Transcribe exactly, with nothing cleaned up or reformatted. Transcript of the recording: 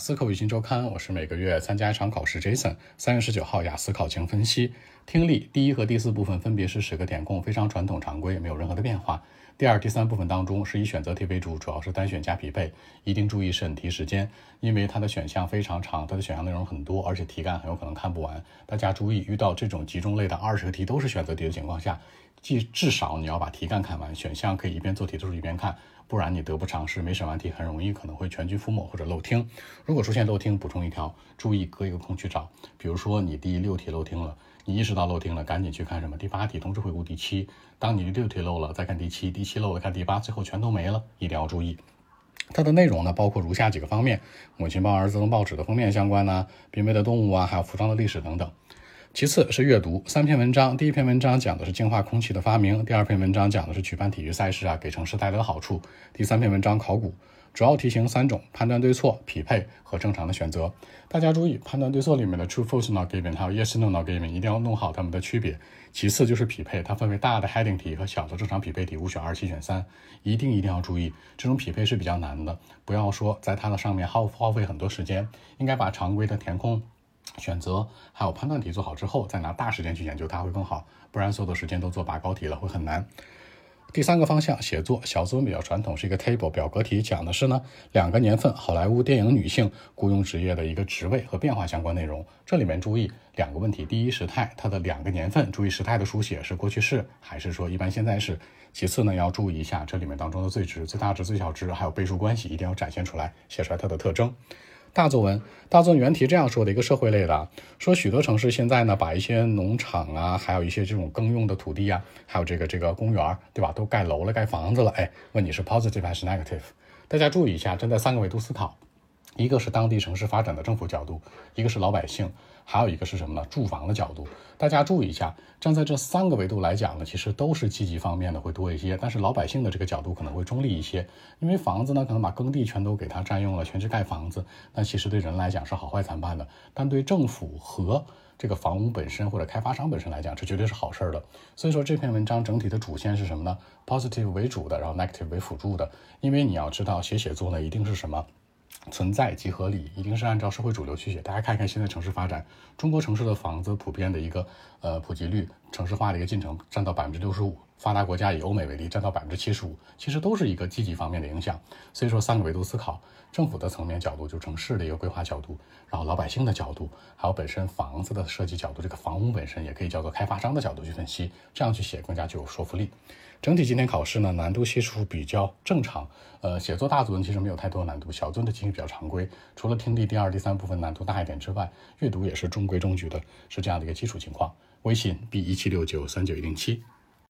思口语新周刊，我是每个月参加一场考试 Jason。三月十九号雅思考情分析，听力第一和第四部分分别是十个填空，非常传统常规，没有任何的变化。第二、第三部分当中是以选择题为主，主要是单选加匹配，一定注意审题时间，因为它的选项非常长，它的选项内容很多，而且题干很有可能看不完。大家注意，遇到这种集中类的二十个题都是选择题的情况下，即至少你要把题干看完，选项可以一边做题的时候一边看，不然你得不偿失，没审完题很容易可能会全军覆没或者漏听。如果出现漏听，补充一条，注意隔一个空去找。比如说你第六题漏听了，你意识到漏听了，赶紧去看什么第八题，同时回顾第七。当你第六题漏了，再看第七，第七漏了看第八，最后全都没了，一定要注意。它的内容呢，包括如下几个方面：母亲帮儿子登报纸的封面相关呢、啊，濒危的动物啊，还有服装的历史等等。其次是阅读，三篇文章，第一篇文章讲的是净化空气的发明，第二篇文章讲的是举办体育赛事啊给城市带来的好处，第三篇文章考古，主要题型三种：判断对错、匹配和正常的选择。大家注意，判断对错里面的 true false not given 还有 yes no not given 一定要弄好它们的区别。其次就是匹配，它分为大的 heading 题和小的正常匹配题，五选二，七选三，一定一定要注意，这种匹配是比较难的，不要说在它的上面耗耗费很多时间，应该把常规的填空选择还有判断题做好之后，再拿大时间去研究它会更好，不然所有的时间都做拔高题了会很难。第三个方向，写作，小作文比较传统，是一个 table 表格题，讲的是呢两个年份好莱坞电影女性雇佣职业的一个职位和变化相关内容。这里面注意两个问题：第一，时态，它的两个年份，注意时态的书写是过去式还是说一般现在式。其次呢，要注意一下这里面当中的最值、最大值、最小值还有倍数关系，一定要展现出来，写出来它的特征。大作文，大作文原题这样说的，一个社会类的，说许多城市现在呢，把一些农场啊，还有一些这种耕用的土地啊，还有这个这个公园，对吧，都盖楼了，盖房子了。哎，问你是 positive 还是 negative？ 大家注意一下，站在三个维度思考，一个是当地城市发展的政府角度，一个是老百姓，还有一个是什么呢？住房的角度。大家注意一下，站在这三个维度来讲呢，其实都是积极方面的会多一些，但是老百姓的这个角度可能会中立一些，因为房子呢可能把耕地全都给它占用了，全是盖房子，那其实对人来讲是好坏参半的，但对政府和这个房屋本身或者开发商本身来讲，这绝对是好事的。所以说这篇文章整体的主线是什么呢？ positive 为主的，然后 negative 为辅助的。因为你要知道写写作呢一定是什么存在即合理，一定是按照社会主流去写。大家看看现在城市发展，中国城市的房子普遍的一个呃普及率，城市化的一个进程占到百分之六十五，发达国家以欧美为例占到百分之七十五，其实都是一个积极方面的影响。所以说三个维度思考，政府的层面角度就城市的一个规划角度，然后老百姓的角度，还有本身房子的设计角度，这个房屋本身也可以叫做开发商的角度去分析，这样去写更加具有说服力。整体今天考试呢，难度系数比较正常，呃，写作大作文其实没有太多难度，小作文的题型比较常规，除了听力第二、第三部分难度大一点之外，阅读也是中规中矩的，是这样的一个基础情况。微信 b 一七六九三九一零七。